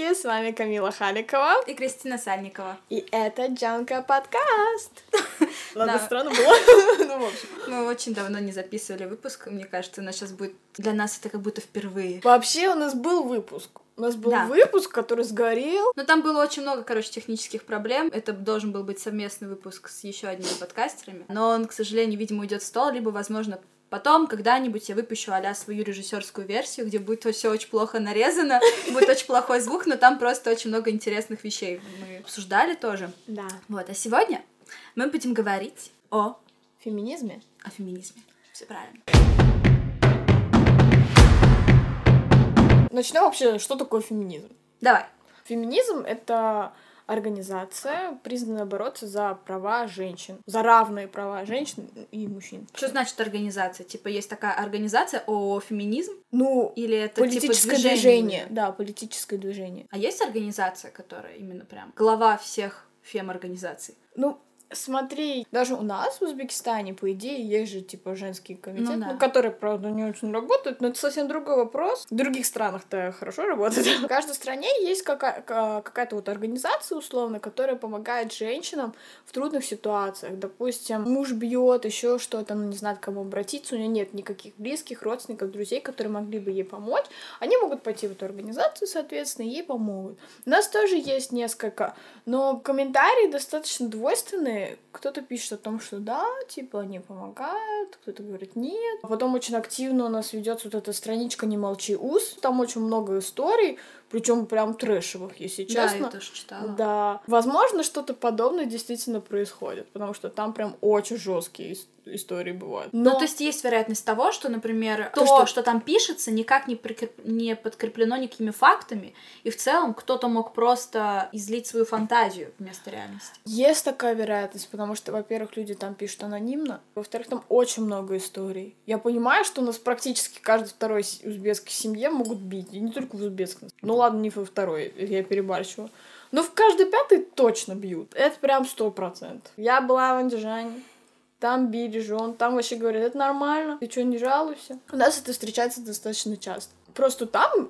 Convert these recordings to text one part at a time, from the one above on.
девчонки, с вами Камила Халикова и Кристина Сальникова. И это Джанка подкаст. Ладно, странно было. Ну, в общем. Мы очень давно не записывали выпуск, мне кажется, у нас сейчас будет... Для нас это как будто впервые. Вообще у нас был выпуск. У нас был выпуск, который сгорел. Но там было очень много, технических проблем. Это должен был быть совместный выпуск с еще одними подкастерами. Но он, к сожалению, видимо, уйдет в стол, либо, возможно, потом когда-нибудь я выпущу свою режиссерскую версию, где будет все очень плохо нарезано, будет очень плохой звук, но там просто очень много интересных вещей мы обсуждали тоже. Да. Вот, а сегодня мы будем говорить о феминизме. О феминизме. Все правильно. Начнем вообще, что такое феминизм? Давай. Феминизм — это организация, признанная бороться за права женщин, за равные права женщин и мужчин. Что значит организация? Типа есть такая организация ООО «Феминизм»? Ну, или это политическое типа движение. Да, политическое движение. А есть организация, которая именно прям глава всех фем-организаций? Ну, смотри, даже у нас в Узбекистане, по идее, есть же, типа, женский комитет, да. Который, правда, не очень работает, но это совсем другой вопрос. В других странах-то хорошо работает. В каждой стране есть какая-то вот организация, условно, которая помогает женщинам в трудных ситуациях. Допустим, муж бьет, еще что-то, не знает, к кому обратиться, у нее нет никаких близких, родственников, друзей, которые могли бы ей помочь. Они могут пойти в эту организацию, соответственно, и ей помогут. У нас тоже есть несколько, но комментарии достаточно двойственные. Кто-то пишет о том, что да, типа, они помогают, кто-то говорит нет. А потом очень активно у нас ведется вот эта страничка «Не молчи, ус». Там очень много историй, причем прям трэшевых, если честно. Да, я тоже читала. Да. Возможно, что-то подобное действительно происходит, потому что там прям очень жесткие истории бывают. Но... Ну, то есть есть вероятность того, что, например, то, что там пишется, никак не подкреплено никакими фактами, и в целом кто-то мог просто излить свою фантазию вместо реальности. Есть такая вероятность, потому что, во-первых, люди там пишут анонимно, во-вторых, там очень много историй. Я понимаю, что у нас практически каждой второй узбекской семье могут бить, и не только в узбекском. Ну ладно, не во второй, я перебарщиваю. Но в каждой пятой точно бьют. Это прям 100%. Я была в Андижане. Там били жен, там вообще говорят, это нормально, ты что, не жалуйся? У нас это встречается достаточно часто. Просто там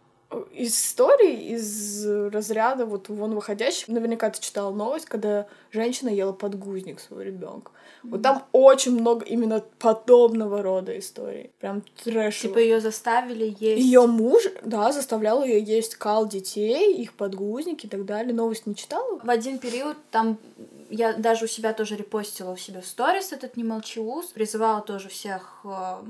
истории из разряда вот вон выходящих. Наверняка ты читала новость, когда женщина ела подгузник своего ребенка. Вот там очень много именно подобного рода историй. Прям трэшево. Типа ее заставили есть. Ее муж, да, заставлял ее есть кал детей, их подгузники и так далее. Новость не читала? В один период там я даже у себя тоже репостила у себя в сторис этот «Не молчи, ус», призывала тоже всех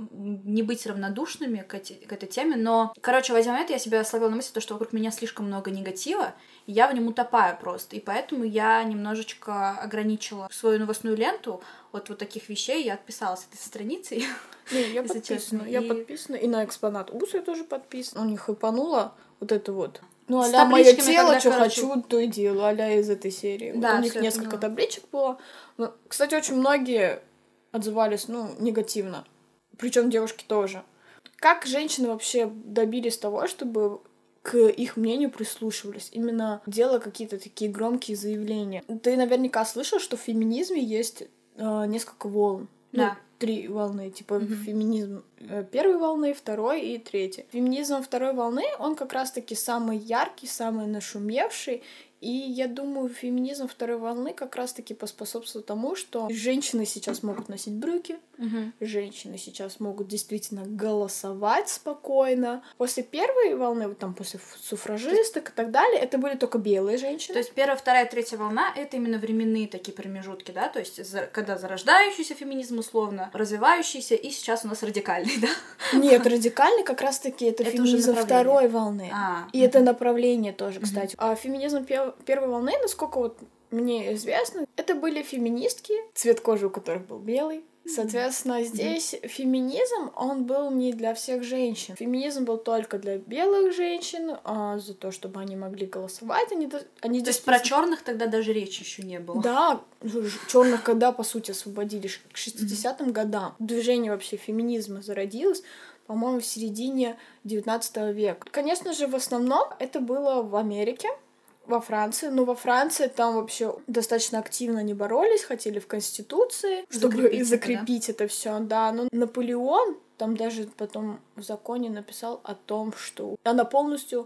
не быть равнодушными к этой теме, но, в один момент я себя словила на мысли, что вокруг меня слишком много негатива, и я в нем утопаю просто, и поэтому я немножечко ограничила свою новостную ленту от вот таких вещей, я отписалась от этой страницы. Я подписана, и на экспонат ус я тоже подписана, у них хайпанула вот это вот. Ну, а-ля «Мое тело, что хочу, то и делаю», а-ля из этой серии. Да, вот у них несколько табличек было. Но, кстати, очень многие отзывались, негативно. Причем девушки тоже. Как женщины вообще добились того, чтобы к их мнению прислушивались? Именно делая какие-то такие громкие заявления. Ты наверняка слышал, что в феминизме есть несколько волн. Да. 3 волны, типа феминизм первой волны, второй и третьей. Феминизм второй волны, он как раз-таки самый яркий, самый нашумевший, и я думаю, феминизм второй волны как раз-таки поспособствует тому, что женщины сейчас могут носить брюки, женщины сейчас могут действительно голосовать спокойно. После первой волны, вот там после суфражисток и так далее, это были только белые женщины. То есть первая, вторая, третья волна — это именно временные такие промежутки, да? То есть когда зарождающийся феминизм условно, развивающийся, и сейчас у нас радикальный, да? Нет, радикальный как раз-таки это феминизм второй волны. И это направление тоже, кстати. А феминизм первой волны, насколько вот мне известно, это были феминистки, цвет кожи у которых был белый. Соответственно, здесь феминизм, он был не для всех женщин. Феминизм был только для белых женщин, за то, чтобы они могли голосовать. То есть про черных тогда даже речи еще не было. Да, черных когда, по сути, освободили к 60-м годам. Движение вообще феминизма зародилось, по-моему, в середине 19 века. Конечно же, в основном это было в Америке, во Франции. Но во Франции там вообще достаточно активно не боролись, хотели в Конституции, чтобы закрепить это все. Да, но Наполеон там даже потом в законе написал о том, что она полностью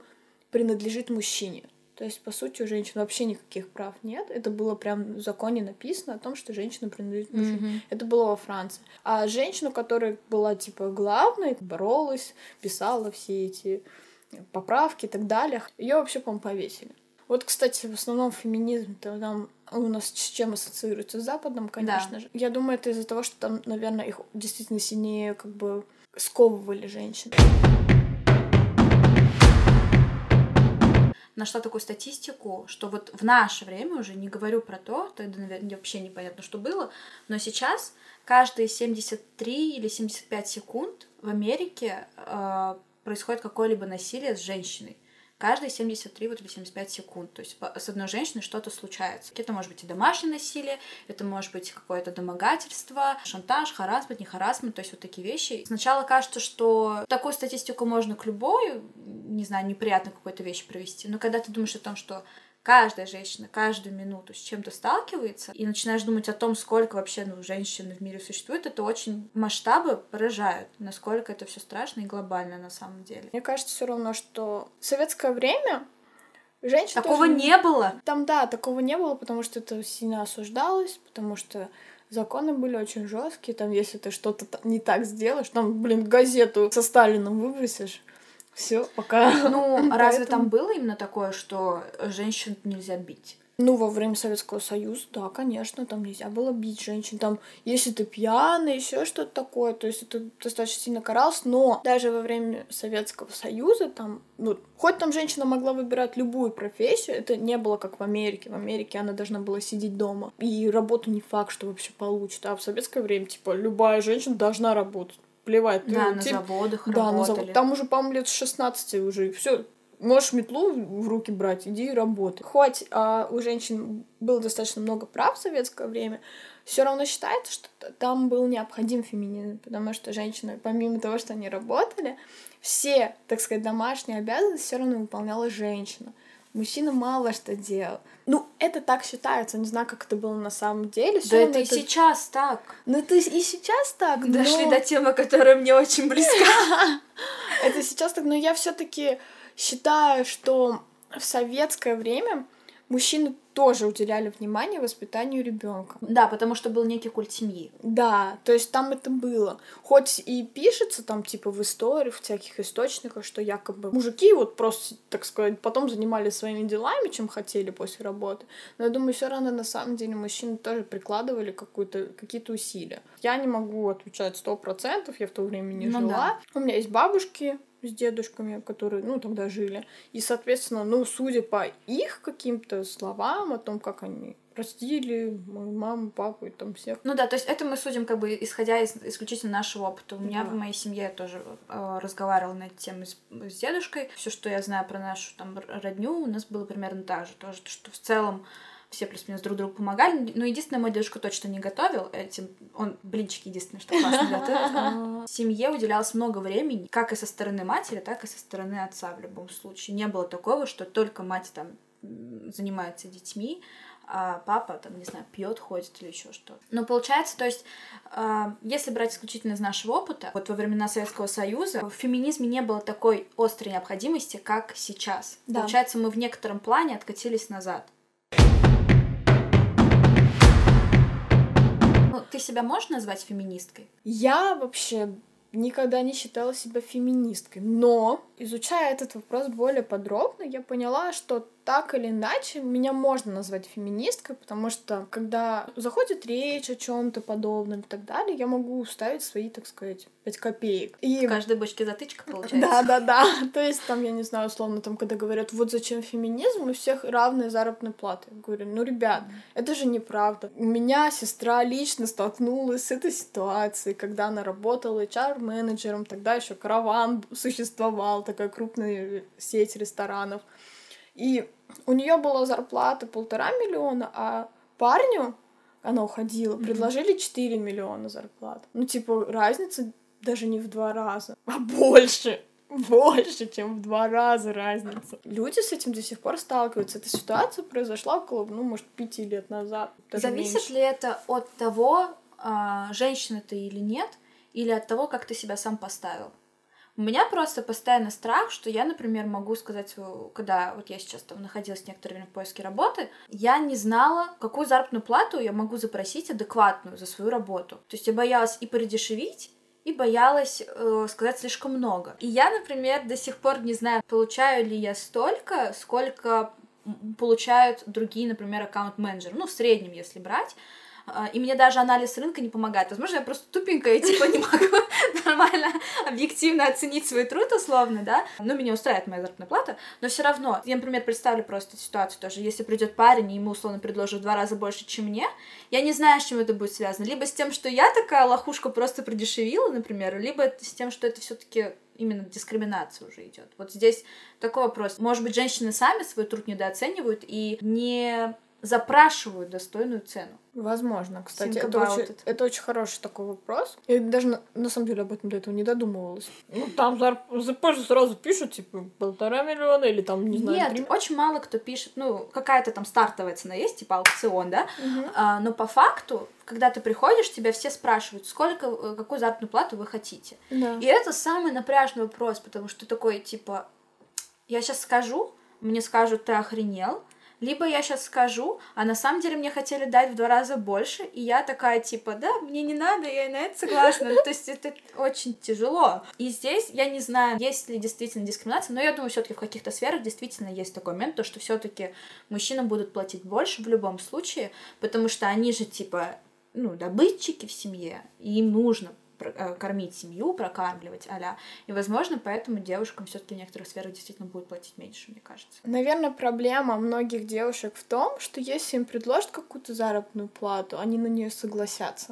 принадлежит мужчине. То есть, по сути, у женщин вообще никаких прав нет. Это было прям в законе написано о том, что женщина принадлежит мужчине. Это было во Франции. А женщина, которая была, типа, главной, боролась, писала все эти поправки и так далее, ее вообще, по-моему, повесили. Вот, кстати, в основном феминизм-то там у нас с чем ассоциируется? С Западом, конечно же. Я думаю, это из-за того, что там, наверное, их действительно сильнее как бы сковывали женщин. Нашла такую статистику, что вот в наше время, уже не говорю про то, тогда, наверное, вообще непонятно, что было, но сейчас каждые 73 или 75 секунд в Америке происходит какое-либо насилие с женщиной. Каждые 73 вот, или 75 секунд. То есть с одной женщиной что-то случается. Это может быть и домашнее насилие, это может быть какое-то домогательство, шантаж, харассмент, не харассмент, то есть вот такие вещи. Сначала кажется, что такую статистику можно к любой, не знаю, неприятной какой-то вещи провести, но когда ты думаешь о том, что каждая женщина каждую минуту с чем-то сталкивается, и начинаешь думать о том, сколько вообще женщин в мире существует, это очень масштабы поражают, насколько это все страшно и глобально на самом деле. Мне кажется все равно, что в советское время женщин такого тоже... не было. Там, да, такого не было, потому что это сильно осуждалось, потому что законы были очень жесткие, там, если ты что-то не так сделаешь, там, газету со Сталином выбросишь, все, пока. Ну, разве там было именно такое, что женщин нельзя бить? Ну, во время Советского Союза, да, конечно, там нельзя было бить женщин. Там, если ты пьяный, еще что-то такое, то есть это достаточно сильно каралось. Но даже во время Советского Союза, там, хоть там женщина могла выбирать любую профессию, это не было как в Америке. В Америке она должна была сидеть дома. И работу не факт, что вообще получит. А в советское время, типа, любая женщина должна работать. Плевать. Да, на заводах работали. На завод. Там уже, по-моему, лет с 16 уже все. Можешь метлу в руки брать, иди и работай. Хоть у женщин было достаточно много прав в советское время, все равно считается, что там был необходим феминизм, потому что женщины, помимо того, что они работали, все, так сказать, домашние обязанности все равно выполняла женщина. Мужчина мало что делал. Это так считается, не знаю, как это было на самом деле. Да это и сейчас так. Это и сейчас так. Дошли до темы, которая мне очень близка. Это сейчас так, но я все-таки считаю, что в советское время мужчины тоже уделяли внимание воспитанию ребенка. Да, потому что был некий культ семьи. Да, то есть там это было. Хоть и пишется там типа в истории, в всяких источниках, что якобы мужики вот просто, так сказать, потом занимались своими делами, чем хотели после работы. Но я думаю, все равно на самом деле мужчины тоже прикладывали какие-то усилия. Я не могу отвечать 100%, я в то время не жила. Да. У меня есть бабушки с дедушками, которые, тогда жили. И, соответственно, судя по их каким-то словам о том, как они простили мою маму, папу и там всех. Ну да, то есть это мы судим как бы исходя из исключительно нашего опыта. У меня в моей семье я тоже разговаривала на эту тему с дедушкой. Все, что я знаю про нашу там родню, у нас было примерно так же. Тоже, что в целом все плюс-минус друг другу помогали. Но единственное, мой дедушка точно не готовил этим. Он блинчики единственное, что классно готовит. Семье уделялось много времени, как и со стороны матери, так и со стороны отца в любом случае. Не было такого, что только мать там занимается детьми, а папа, там, не знаю, пьет, ходит или еще что-то. Но получается, то есть, если брать исключительно из нашего опыта, вот во времена Советского Союза в феминизме не было такой острой необходимости, как сейчас. Да. Получается, мы в некотором плане откатились назад. Ты себя можешь назвать феминисткой? Я вообще никогда не считала себя феминисткой, но, изучая этот вопрос более подробно, я поняла, что так или иначе меня можно назвать феминисткой, потому что когда заходит речь о чем-то подобном и так далее, я могу ставить свои, так сказать, 5 копеек. И в каждой бочке затычка получается. Да. То есть там, я не знаю, условно, там, когда говорят, вот зачем феминизм, у всех равные заработные платы. Я говорю, ребят, это же неправда. У меня сестра лично столкнулась с этой ситуацией, когда она работала HR-менеджером, тогда еще Караван существовал, такая крупная сеть ресторанов. И у нее была зарплата 1,5 миллиона, а парню, она уходила, предложили 4 миллиона зарплат. Разница даже не в 2 раза, а больше, чем в 2 раза разница. Люди с этим до сих пор сталкиваются. Эта ситуация произошла около, может, 5 лет назад. Зависит меньше. ли это от того, женщина ты или нет, или от того, как ты себя сам поставил? У меня просто постоянно страх, что я, например, могу сказать, когда вот я сейчас там находилась некоторое время в поиске работы, я не знала, какую заработную плату я могу запросить адекватную за свою работу. То есть я боялась и продешевить, и боялась сказать слишком много. И я, например, до сих пор не знаю, получаю ли я столько, сколько получают другие, например, аккаунт-менеджеры. Ну, в среднем, если брать. И мне даже анализ рынка не помогает. Возможно, я просто тупенькая и, типа, не могу нормально, объективно оценить свой труд, условно, да. Ну, меня устраивает моя заработная плата, но все равно, я, например, представлю просто ситуацию тоже. Если придет парень, и ему, условно, предложат в 2 раза больше, чем мне, я не знаю, с чем это будет связано. Либо с тем, что я такая лохушка просто продешевила, например, либо с тем, что это все-таки именно дискриминация уже идет. Вот здесь такой вопрос. Может быть, женщины сами свой труд недооценивают и не запрашивают достойную цену. Возможно, кстати, это очень хороший такой вопрос. Я даже на самом деле об этом до этого не додумывалась. Ну, там позже сразу пишут, типа, 1,5 миллиона или там, не знаю, Нет, 3. очень мало кто пишет, ну, какая-то там стартовая цена есть, типа аукцион, да, но по факту, когда ты приходишь, тебя все спрашивают, какую заработную плату вы хотите. Да. И это самый напряжный вопрос, потому что ты такой, типа, я сейчас скажу, мне скажут, ты охренел, либо я сейчас скажу, а на самом деле мне хотели дать в 2 раза больше, и я такая, типа, да, мне не надо, я на это согласна. То есть это очень тяжело. И здесь я не знаю, есть ли действительно дискриминация, но я думаю, все-таки в каких-то сферах действительно есть такой момент, то, что все-таки мужчинам будут платить больше в любом случае, потому что они же, типа, ну, добытчики в семье, и им нужно кормить семью, прокармливать, И, возможно, поэтому девушкам все-таки в некоторых сферах действительно будет платить меньше, мне кажется. Наверное, проблема многих девушек в том, что если им предложат какую-то заработную плату, они на нее согласятся.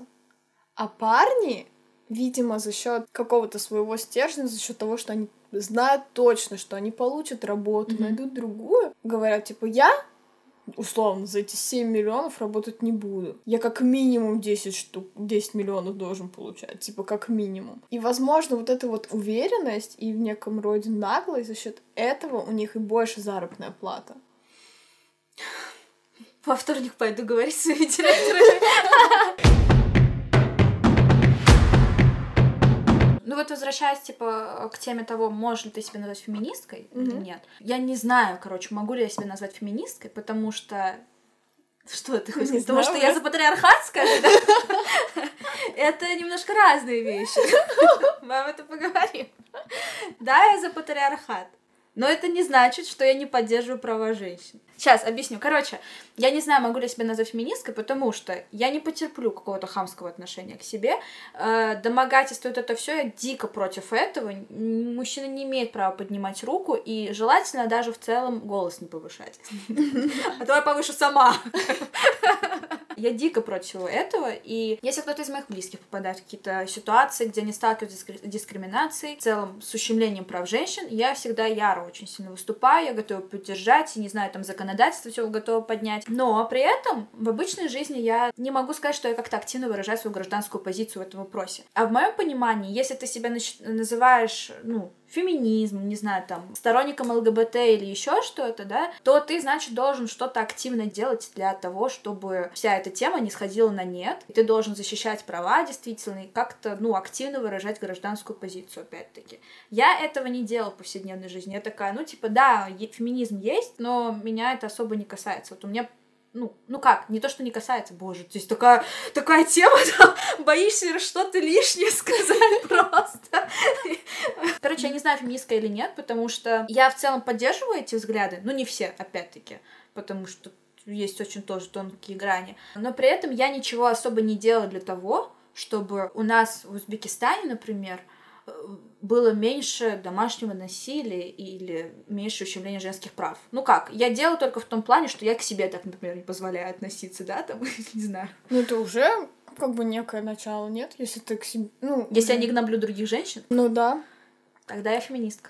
А парни, видимо, за счет какого-то своего стержня, за счет того, что они знают точно, что они получат работу, найдут другую, говорят, типа, я условно, за эти 7 миллионов работать не буду. Я как минимум 10 миллионов должен получать, типа как минимум. И, возможно, вот эта вот уверенность и в неком роде наглость, за счет этого у них и больше заработная плата. Во вторник пойду говорить с своими директорами. Ну вот возвращаясь, типа, к теме того, можешь ли ты себя назвать феминисткой или нет. Я не знаю, короче, могу ли я себя назвать феминисткой, потому что... Что ты хочешь сказать? Потому что я за патриархат, скажи, да? Это немножко разные вещи. Мы об этом поговорим. Да, я за патриархат. Но это не значит, что я не поддерживаю права женщин. Сейчас объясню. Короче, я не знаю, могу ли я себя назвать феминисткой, потому что я не потерплю какого-то хамского отношения к себе. Домогательство, вот это все, я дико против этого. Мужчина не имеет права поднимать руку, и желательно даже в целом голос не повышать. А то я повышу сама. Я дико против этого, и если кто-то из моих близких попадает в какие-то ситуации, где они сталкиваются с дискриминацией, в целом с ущемлением прав женщин, я всегда яро очень сильно выступаю, я готова поддержать, и, не знаю, там, законодательство все готова поднять. Но при этом в обычной жизни я не могу сказать, что я как-то активно выражаю свою гражданскую позицию в этом вопросе. А в моем понимании, если ты себя называешь, феминизм, не знаю, там, сторонником ЛГБТ или еще что-то, да, то ты, значит, должен что-то активно делать для того, чтобы вся эта тема не сходила на нет. И ты должен защищать права, действительно, и как-то, активно выражать гражданскую позицию, опять-таки. Я этого не делала в повседневной жизни. Я такая, да, феминизм есть, но меня это особо не касается. Вот у меня не то, что не касается, боже, здесь такая тема, там, боишься что-то лишнее сказать просто. Короче, я не знаю, феминистка или нет, потому что я в целом поддерживаю эти взгляды, не все, опять-таки, потому что есть очень тоже тонкие грани, но при этом я ничего особо не делаю для того, чтобы у нас в Узбекистане, например, было меньше домашнего насилия или меньше ущемления женских прав. Я делаю только в том плане, что я к себе так, например, не позволяю относиться, да, там, не знаю. Это уже некое начало, нет? Если ты к себе... Если я не гноблю других женщин? Да. Тогда я феминистка.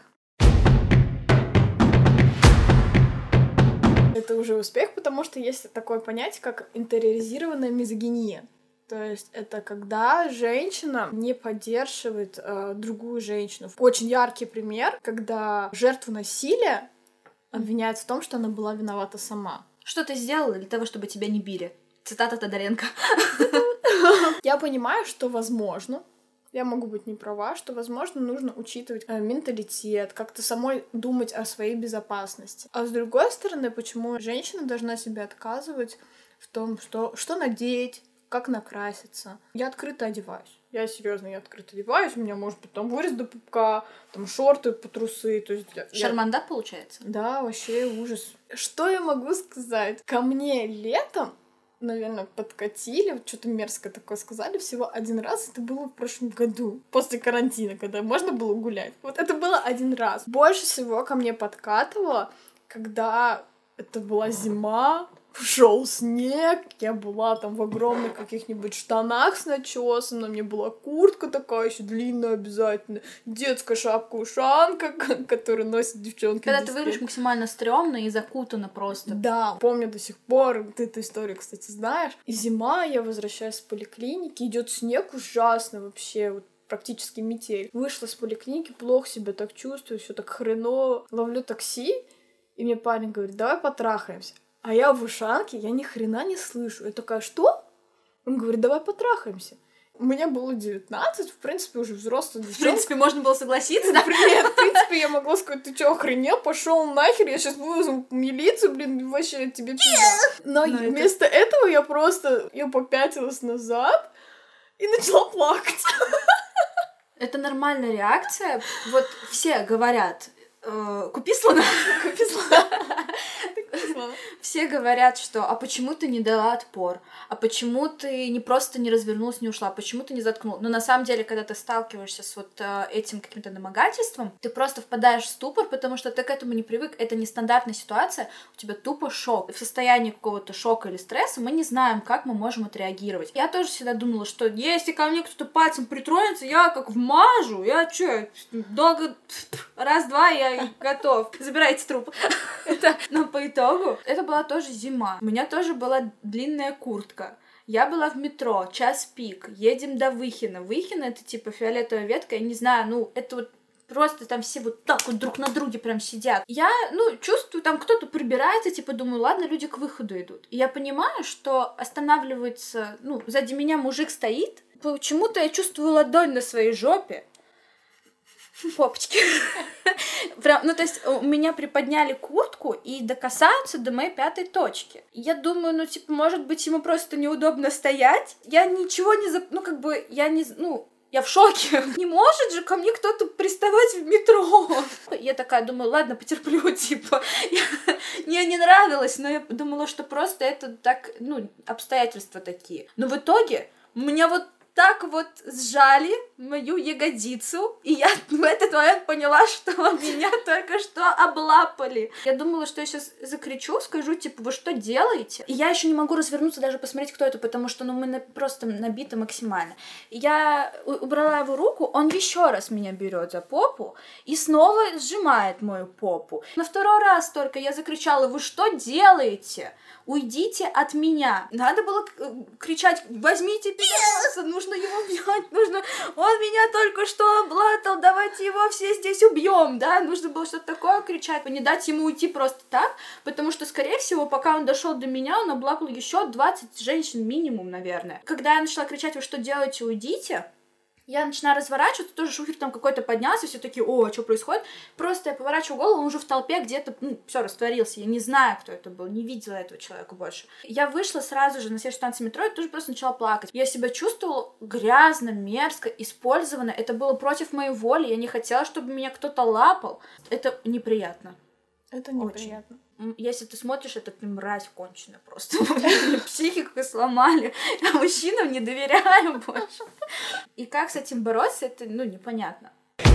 Это уже успех, потому что есть такое понятие, как интериоризированная мизогиния. То есть это когда женщина не поддерживает другую женщину. Очень яркий пример, когда жертву насилия обвиняют в том, что она была виновата сама. Что ты сделала для того, чтобы тебя не били? Цитата Тодоренко. Я понимаю, что возможно, я могу быть не права, что, возможно, нужно учитывать менталитет, как-то самой думать о своей безопасности. А с другой стороны, почему женщина должна себе отказывать в том, что надеть, как накраситься. Я открыто одеваюсь. Я серьезно, я открыто одеваюсь. У меня может быть там вырез до пупка, там шорты по трусы. То есть Шарманда получается? Да, вообще ужас. Что я могу сказать? Ко мне летом, наверное, подкатили, что-то мерзкое такое сказали всего один раз. Это было в прошлом году, после карантина, когда можно было гулять. Вот это было один раз. Больше всего ко мне подкатывало, когда это была зима, шел снег, я была там в огромных каких-нибудь штанах с начесом, на мне была куртка такая еще длинная обязательно, детская шапка-ушанка, которую носят девчонки. Когда ты выглядишь максимально стрёмно и закутана просто. Да, помню до сих пор, ты эту историю, кстати, знаешь. И зима, я возвращаюсь с поликлиники, идет снег ужасно вообще, вот практически метель. Вышла с поликлиники, плохо себя так чувствую, все так хреново. Ловлю такси, и мне парень говорит, давай потрахаемся. А я в ушанке, я ни хрена не слышу. Я такая, что? Он говорит, давай потрахаемся. Мне было 19, в принципе, уже взрослая девчонка. В принципе, можно было согласиться, да? Нет, в принципе, я могла сказать, ты чё, охренел? Пошел нахер, я сейчас вызову милицию, блин, вообще тебе пизда. Но вместо этого я попятилась назад и начала плакать. Это нормальная реакция. Вот все говорят, купи слона. Купи слона. Все говорят, что а почему ты не дала отпор? А почему ты не просто не развернулась, не ушла? Почему ты не заткнула? Но на самом деле, когда ты сталкиваешься с вот этим каким-то домогательством, ты просто впадаешь в ступор, потому что ты к этому не привык. Это нестандартная ситуация, у тебя тупо шок. В состоянии какого-то шока или стресса мы не знаем, как мы можем отреагировать. Я тоже всегда думала, что если ко мне кто-то пальцем притронется, я как вмажу, я чё, долго раз-два, я готов. Забирайте труп. Но по итогу это была тоже зима. У меня тоже была длинная куртка. Я была в метро, час пик, едем до Выхина. Выхина — это типа фиолетовая ветка, я не знаю, ну, это вот просто там все вот так вот друг на друге прям сидят. Я, чувствую, там кто-то прибирается, типа, думаю, ладно, люди к выходу идут. И я понимаю, что останавливается, сзади меня мужик стоит, почему-то я чувствую ладонь на своей жопе, попочки. Прям, то есть меня приподняли куртку и докасаются до моей пятой точки. Я думаю, может быть, ему просто неудобно стоять. Я ничего не... я в шоке. Не может же ко мне кто-то приставать в метро. Я такая думаю, ладно, потерплю, типа. Мне не нравилось, но я думала, что просто это так, обстоятельства такие. Но в итоге меня вот так вот сжали мою ягодицу, и я в этот момент поняла, что меня только что облапали. Я думала, что я сейчас закричу, скажу, типа, вы что делаете? И я еще не могу развернуться, даже посмотреть, кто это, потому что, мы просто набиты максимально. Я убрала его руку, он еще раз меня берет за попу и снова сжимает мою попу. На второй раз только я закричала, вы что делаете? Уйдите от меня. Надо было кричать, возьмите пидораса, нужно его взять, нужно... Он меня только что облатал, давайте его все здесь убьем, да? Нужно было что-то такое кричать, не дать ему уйти просто так, потому что, скорее всего, пока он дошел до меня, он облапал еще 20 женщин минимум, наверное. Когда я начала кричать, вы что делаете, уйдите, я начинаю разворачиваться, тоже шухер там какой-то поднялся, все такие, о, что происходит? Просто я поворачиваю голову, он уже в толпе где-то, все растворился. Я не знаю, кто это был, не видела этого человека больше. Я вышла сразу же на следующей станции метро и тоже просто начала плакать. Я себя чувствовала грязно, мерзко, использованно. Это было против моей воли, я не хотела, чтобы меня кто-то лапал. Это неприятно. Это неприятно. Очень. Если ты смотришь, это ты мразь конченая просто. Психику сломали. Я мужчинам не доверяю больше. И как с этим бороться, это, непонятно.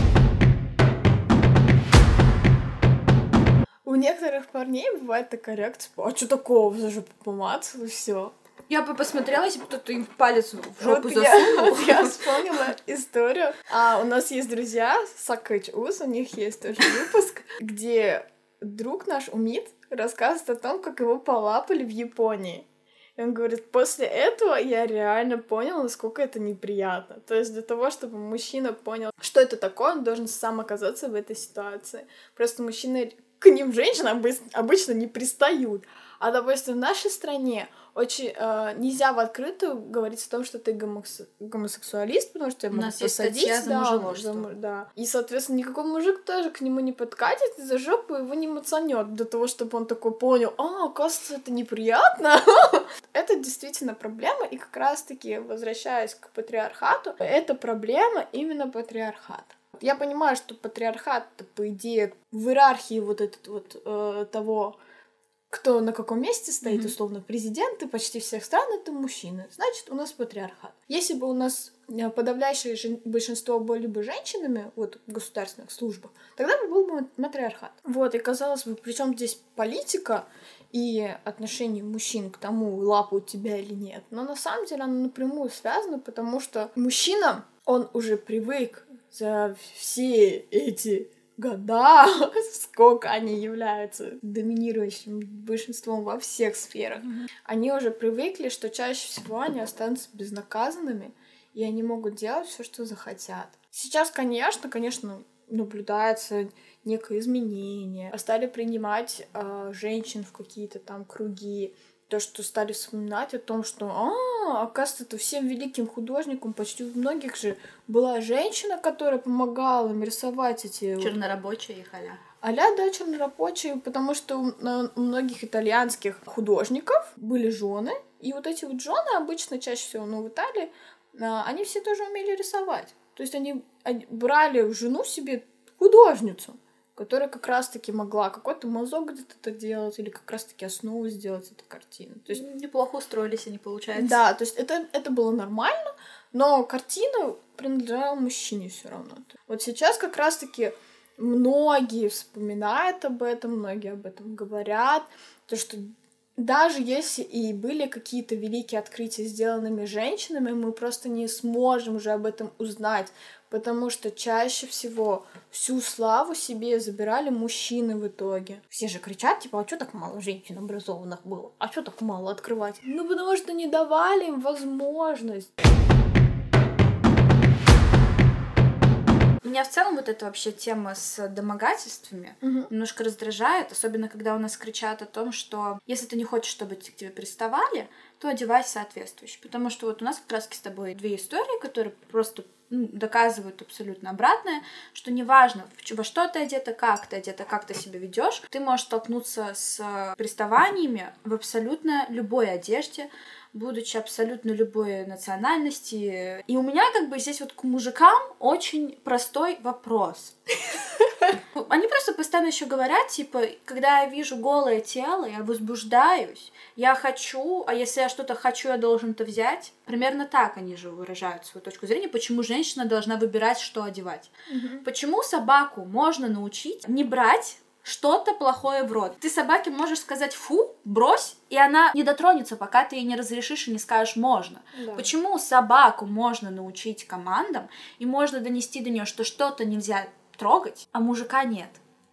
У некоторых парней бывает такая реакция, а что такого, за жопу помацал, и все. Я бы посмотрела, если бы кто-то им палец в жопу засунул. Я вспомнила историю. У нас есть друзья, Сакач Ус, у них есть тоже выпуск, где друг наш Умит рассказывает о том, как его полапали в Японии. И он говорит, после этого я реально понял, насколько это неприятно. То есть для того, чтобы мужчина понял, что это такое, он должен сам оказаться в этой ситуации. Просто мужчина к ним женщины обычно не пристают. А, допустим, в нашей стране очень нельзя в открытую говорить о том, что ты гомосексуалист, потому что тебя могут посадить. У нас есть статья за мужеложство. Да. И, соответственно, никакой мужик тоже к нему не подкатит и за жопу его не мацанет для того, чтобы он такой понял, оказывается, это неприятно. Это действительно проблема, и как раз-таки, возвращаясь к патриархату, это проблема именно патриархата. Я понимаю, что патриархат, по идее, в иерархии вот этот вот того, кто на каком месте стоит, условно, президенты почти всех стран — это мужчины. Значит, у нас патриархат. Если бы у нас подавляющее большинство были бы женщинами вот, в государственных службах, тогда бы был бы матриархат. Вот, и казалось бы, при чем здесь политика и отношение мужчин к тому, лапают тебя или нет. Но на самом деле оно напрямую связано, потому что мужчина, он уже привык за все эти года, сколько они являются доминирующим большинством во всех сферах, они уже привыкли, что чаще всего они останутся безнаказанными, и они могут делать все, что захотят. Сейчас, конечно, наблюдается некое изменение. Стали принимать женщин в какие-то там круги. То, что стали вспоминать о том, что, оказывается, это всем великим художникам, почти у многих же была женщина, которая помогала им рисовать эти... Чернорабочие их да, чернорабочие, потому что у многих итальянских художников были жены, и вот эти вот жены обычно чаще всего, в Италии, они все тоже умели рисовать. То есть они брали в жену себе художницу, которая как раз-таки могла какой-то мазок где-то делать или как раз-таки основу сделать эту картину. То есть неплохо устроились они, получается. Да, то есть это было нормально, но картина принадлежала мужчине все равно. Вот сейчас как раз-таки многие вспоминают об этом, многие об этом говорят, то что даже если и были какие-то великие открытия, сделанными женщинами, мы просто не сможем уже об этом узнать, потому что чаще всего всю славу себе забирали мужчины в итоге. Все же кричат, типа, а что так мало женщин образованных было? А что так мало открывать? Потому что не давали им возможность. Меня в целом вот эта вообще тема с домогательствами немножко раздражает, особенно когда у нас кричат о том, что если ты не хочешь, чтобы к тебе приставали, то одевайся соответствующе. Потому что вот у нас как раз с тобой две истории, которые просто доказывают абсолютно обратное, что неважно, во что ты одета, как ты себя ведешь, ты можешь столкнуться с приставаниями в абсолютно любой одежде, будучи абсолютно любой национальности. И у меня здесь вот к мужикам очень простой вопрос. Они просто постоянно еще говорят, типа, когда я вижу голое тело, я возбуждаюсь, я хочу, а если я что-то хочу, я должен это взять. Примерно так они же выражают свою точку зрения, почему женщина должна выбирать, что одевать. Почему собаку можно научить не брать что-то плохое в рот. Ты собаке можешь сказать «фу», брось, и она не дотронется, пока ты ей не разрешишь и не скажешь «можно». Да. Почему собаку можно научить командам, и можно донести до нее, что что-то нельзя трогать, а мужика нет?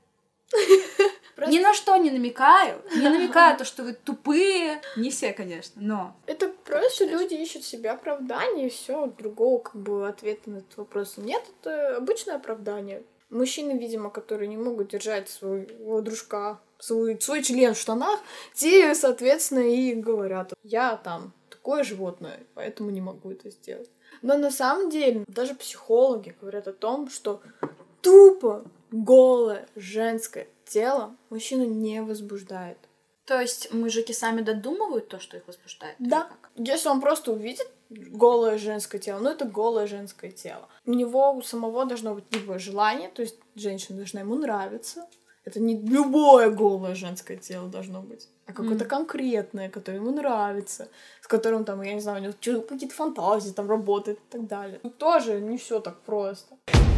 Ни на что не намекаю. Не намекаю то, что вы тупые. Не все, конечно, но... Это просто люди ищут себе оправдание, и все, другого ответа на этот вопрос нет. Это обычное оправдание. Мужчины, видимо, которые не могут держать своего дружка, свой член в штанах, те, соответственно, и говорят: я там такое животное, поэтому не могу это сделать. Но на самом деле даже психологи говорят о том, что тупо голое женское тело мужчину не возбуждает. То есть мужики сами додумывают то, что их возбуждает? Да. Если он просто увидит голое женское тело, это голое женское тело. У него у самого должно быть либо желание, то есть женщина должна ему нравиться. Это не любое голое женское тело должно быть, а какое-то конкретное, которое ему нравится, с которым там, я не знаю, у него какие-то фантазии там работают и так далее. Тут тоже не все так просто.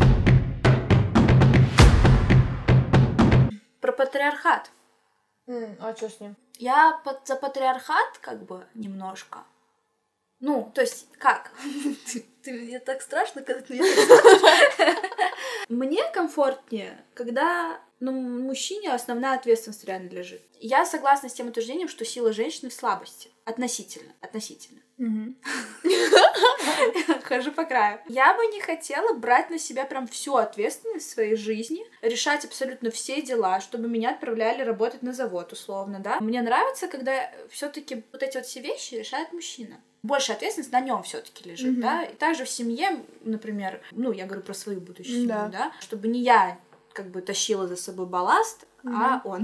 Про патриархат. А что с ним? Я за патриархат немножко. То есть, как? Мне так страшно, когда ты меня спрашиваешь. Мне комфортнее, когда мужчине основная ответственность реально лежит. Я согласна с тем утверждением, что сила женщины в слабости. Относительно. Хожу по краю. Я бы не хотела брать на себя прям всю ответственность в своей жизни, решать абсолютно все дела, чтобы меня отправляли работать на завод, условно, да. Мне нравится, когда все-таки вот эти вот все вещи решает мужчина. Больше ответственность на нем все-таки лежит, да. И также в семье, например, ну, я говорю про свою будущую семью, да, чтобы не я как бы тащила за собой балласт, а он.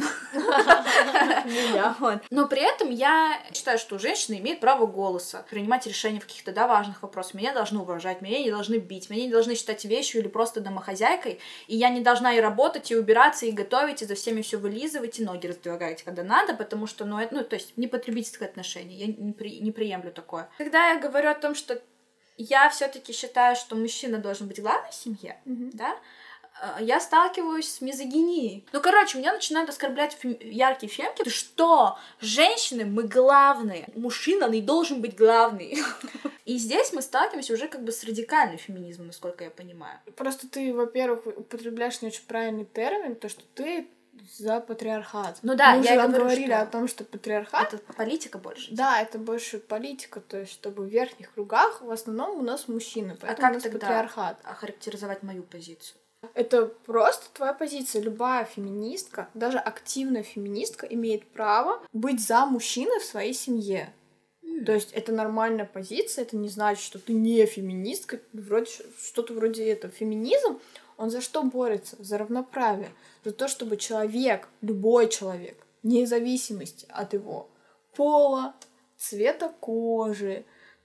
Но при этом я считаю, что женщина имеет право голоса, принимать решения в каких-то, да, важных вопросах. Меня должны уважать, меня не должны бить, меня не должны считать вещью или просто домохозяйкой, и я не должна и работать, и убираться, и готовить, и за всеми все вылизывать, и ноги раздвигать, когда надо, потому что, ну, это, ну, то есть не потребительское отношение, я не приемлю такое. Когда я говорю о том, что я все-таки считаю, что мужчина должен быть главной в семье, да, я сталкиваюсь с мизогинией. Ну, короче, меня начинают оскорблять яркие фемки. Ты что? Женщины, мы главные. Мужчина не должен быть главный. И здесь мы сталкиваемся уже как бы с радикальным феминизмом, насколько я понимаю. Просто ты, во-первых, употребляешь не очень правильный термин, то, что ты за патриархат. Ну да, мы я уже говорю, говорили что о том, что патриархат... Это политика больше. Да, это больше политика, то есть чтобы в верхних кругах в основном у нас мужчины, поэтому как у нас тогда патриархат. Охарактеризовать мою позицию? Это просто твоя позиция. Любая феминистка, даже активная феминистка, имеет право быть за мужчиной в своей семье. То есть это нормальная позиция, это не значит, что ты не феминистка, вроде что-то вроде этого. Феминизм, он за что борется? За равноправие. За то, чтобы человек, любой человек, вне зависимости от его пола, цвета кожи,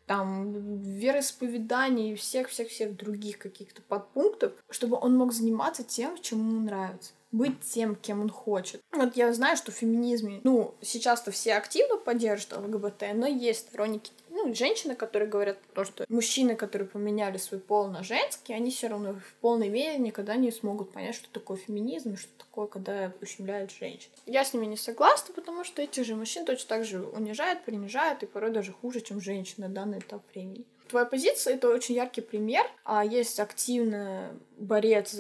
там, вероисповедания и всех-всех-всех других каких-то подпунктов, чтобы он мог заниматься тем, чем ему нравится. Быть тем, кем он хочет. Вот я знаю, что в феминизме, ну, сейчас-то все активно поддерживают ЛГБТ, но есть сторонники, ну, женщины, которые говорят то, что мужчины, которые поменяли свой пол на женский, они все равно в полной мере никогда не смогут понять, что такое феминизм и что такое, когда ущемляют женщин. Я с ними не согласна, потому что этих же мужчин точно так же унижают, принижают и порой даже хуже, чем женщины на данный этап времени. Твоя позиция — это очень яркий пример. А есть активный борец,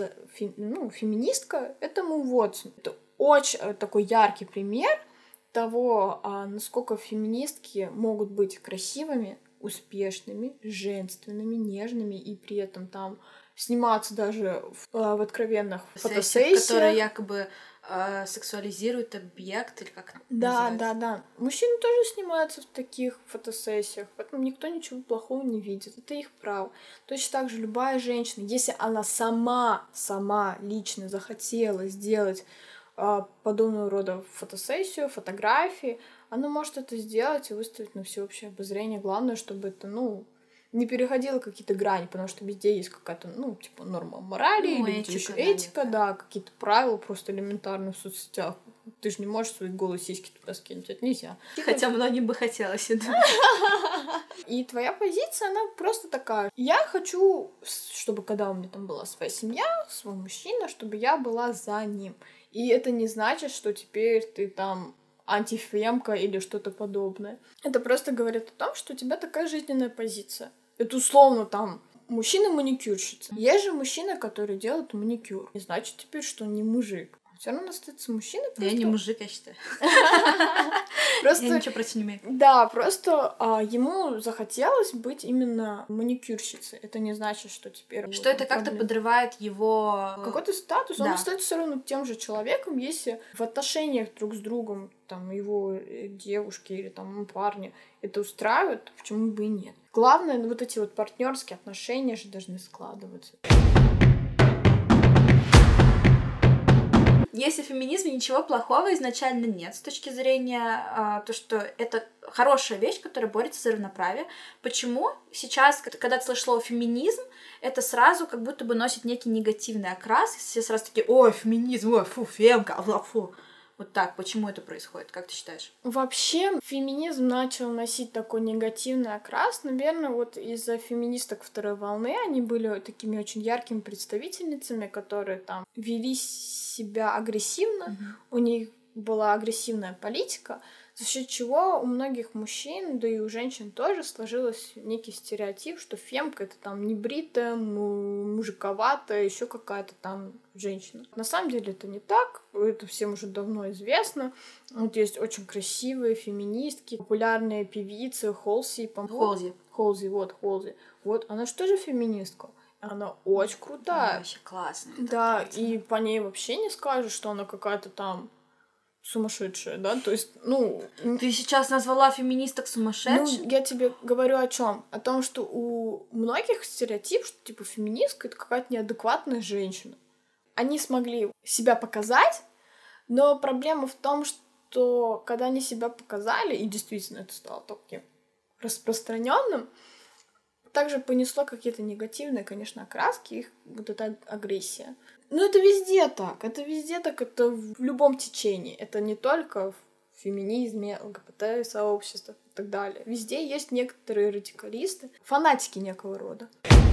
феминистка, это Эмма Уотсон. Это очень такой яркий пример того, насколько феминистки могут быть красивыми, успешными, женственными, нежными и при этом там сниматься даже в откровенных фотосессиях. Которые якобы сексуализируют объект или как это называется? Да. Мужчины тоже снимаются в таких фотосессиях, поэтому никто ничего плохого не видит. Это их право. Точно так же любая женщина, если она сама лично захотела сделать подобного рода фотосессию, фотографии, она может это сделать и выставить на всеобщее обозрение. Главное, чтобы это, не переходило какие-то грани, потому что везде есть какая-то, типа норма морали, или еще этика, да, какие-то правила просто элементарные в соцсетях. Ты же не можешь свои голые сиськи туда скинуть, это нельзя. Хотя многим бы хотелось это. И твоя позиция, она просто такая. Я хочу, чтобы когда у меня там была своя семья, свой мужчина, чтобы я была за ним. И это не значит, что теперь ты там антифемка или что-то подобное. Это просто говорит о том, что у тебя такая жизненная позиция. Это условно там мужчина-маникюрщица. Есть же мужчина, который делает маникюр. Не значит теперь, что он не мужик. Все равно остается мужчина. Я не мужик, я считаю. Просто... Я ничего против не имею. Да, просто ему захотелось быть именно маникюрщицей. Это не значит, что теперь... Что это как-то подрывает его... Какой-то статус. Да. Он остается все равно тем же человеком, если в отношениях друг с другом там его девушки или там парни это устраивает, почему бы и нет. Главное, вот эти вот партнерские отношения же должны складываться. Если в феминизме ничего плохого изначально нет, с точки зрения то, что это хорошая вещь, которая борется за равноправие, почему сейчас, когда ты слышала слово феминизм, это сразу как будто бы носит некий негативный окрас, и все сразу такие: ой, феминизм, ой, фу, фемка, фу. Вот так, почему это происходит, как ты считаешь? Вообще, феминизм начал носить такой негативный окрас, наверное, вот из-за феминисток второй волны. Они были такими очень яркими представительницами, которые там вели себя агрессивно, у них была агрессивная политика, за счет чего у многих мужчин, да и у женщин тоже сложился некий стереотип, что фемка — это там небритая, мужиковатая, еще какая-то там женщина. На самом деле это не так, это всем уже давно известно. Вот есть очень красивые феминистки, популярные певицы Холси, по-моему. Холзи. Вот, она же тоже феминистка. Она очень крутая. Она вообще классная. Да, и по ней вообще не скажешь, что она какая-то там сумасшедшая, да, то есть, Ты сейчас назвала феминисток сумасшедшими? я тебе говорю о чем? О том, что у многих стереотип, что, типа, феминистка — это какая-то неадекватная женщина. Они смогли себя показать, но проблема в том, что когда они себя показали, и действительно это стало таким распространенным, также понесло какие-то негативные, конечно, окраски, их вот эта агрессия. Но это везде так, это в любом течении. Это не только в феминизме, ЛГБТ-сообществах и так далее. Везде есть некоторые радикалисты, фанатики некого рода.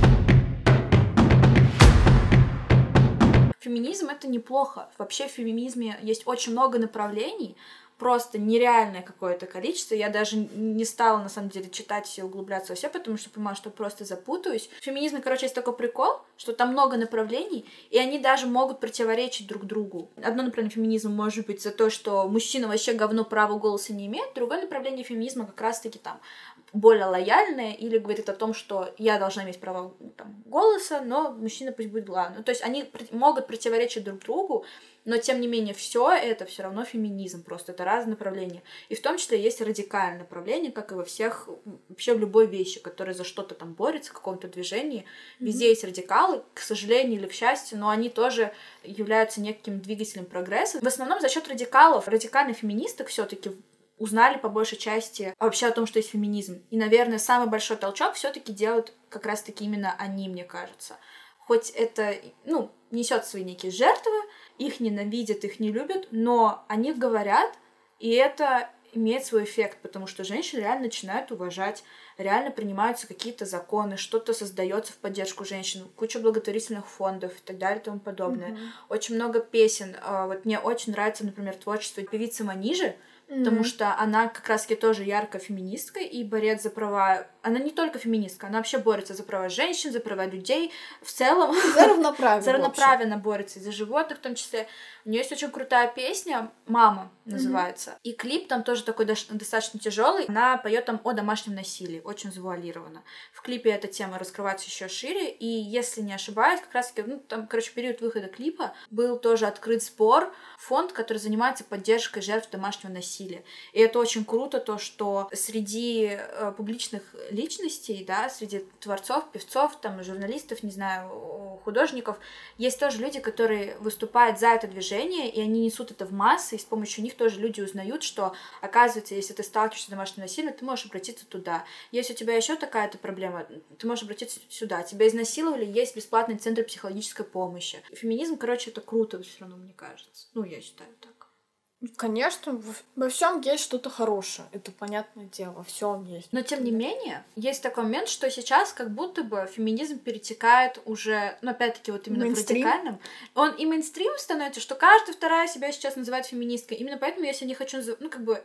Феминизм — это неплохо. Вообще в феминизме есть очень много направлений, просто нереальное какое-то количество. Я даже не стала, на самом деле, читать и углубляться во все, потому что понимала, что просто запутаюсь. В феминизме, есть такой прикол, что там много направлений, и они даже могут противоречить друг другу. Одно направление феминизма может быть за то, что мужчина вообще говно, права голоса не имеет, другое направление феминизма как раз-таки там более лояльное или говорит о том, что я должна иметь право голоса, но мужчина пусть будет главным. То есть они могут противоречить друг другу, но тем не менее все это все равно феминизм, просто это разные направления. И в том числе есть радикальное направление, как и во всех, вообще в любой вещи, которая за что-то там борется, в каком-то движении. Везде есть радикалы, к сожалению или к счастью, но они тоже являются неким двигателем прогресса. В основном за счет радикалов, радикальных феминисток все-таки узнали по большей части вообще о том, что есть феминизм. И, наверное, самый большой толчок все-таки делают как раз-таки именно они, мне кажется. Хоть это, несет свои некие жертвы, их ненавидят, их не любят, но о них говорят, и это имеет свой эффект, потому что женщин реально начинают уважать, реально принимаются какие-то законы, что-то создается в поддержку женщин, куча благотворительных фондов и так далее и тому подобное. Очень много песен. Вот мне очень нравится, например, творчество певицы Манижи, потому что она как раз-таки тоже яркая феминистка и борец за права. Она не только феминистка, она вообще борется за права женщин, за права людей в целом. За равноправие. За равноправие она борется, и за животных в том числе. У нее есть очень крутая песня «Мама» называется. И клип там тоже такой достаточно тяжелый. Она поет там о домашнем насилии, очень завуалированно. В клипе эта тема раскрывается еще шире. И если не ошибаюсь, как раз таки, период выхода клипа был тоже открыт сбор, фонд, который занимается поддержкой жертв домашнего насилия. И это очень круто, то, что среди публичных личностей, да, среди творцов, певцов, там, журналистов, не знаю, художников, есть тоже люди, которые выступают за это движение, и они несут это в массы, и с помощью них тоже люди узнают, что, оказывается, если ты сталкиваешься с домашним насилием, ты можешь обратиться туда. Если у тебя еще такая-то проблема, ты можешь обратиться сюда. Тебя изнасиловали, есть бесплатный центр психологической помощи. Феминизм, это круто все равно, мне кажется. Я считаю так. Конечно, во всем есть что-то хорошее. Это понятное дело, во всем есть. Но тем не менее, есть такой момент, что сейчас как будто бы феминизм перетекает уже, опять-таки, вот именно в радикальном. Он и мейнстрим становится, что каждая вторая себя сейчас называет феминисткой. Именно поэтому я себя не хочу называть,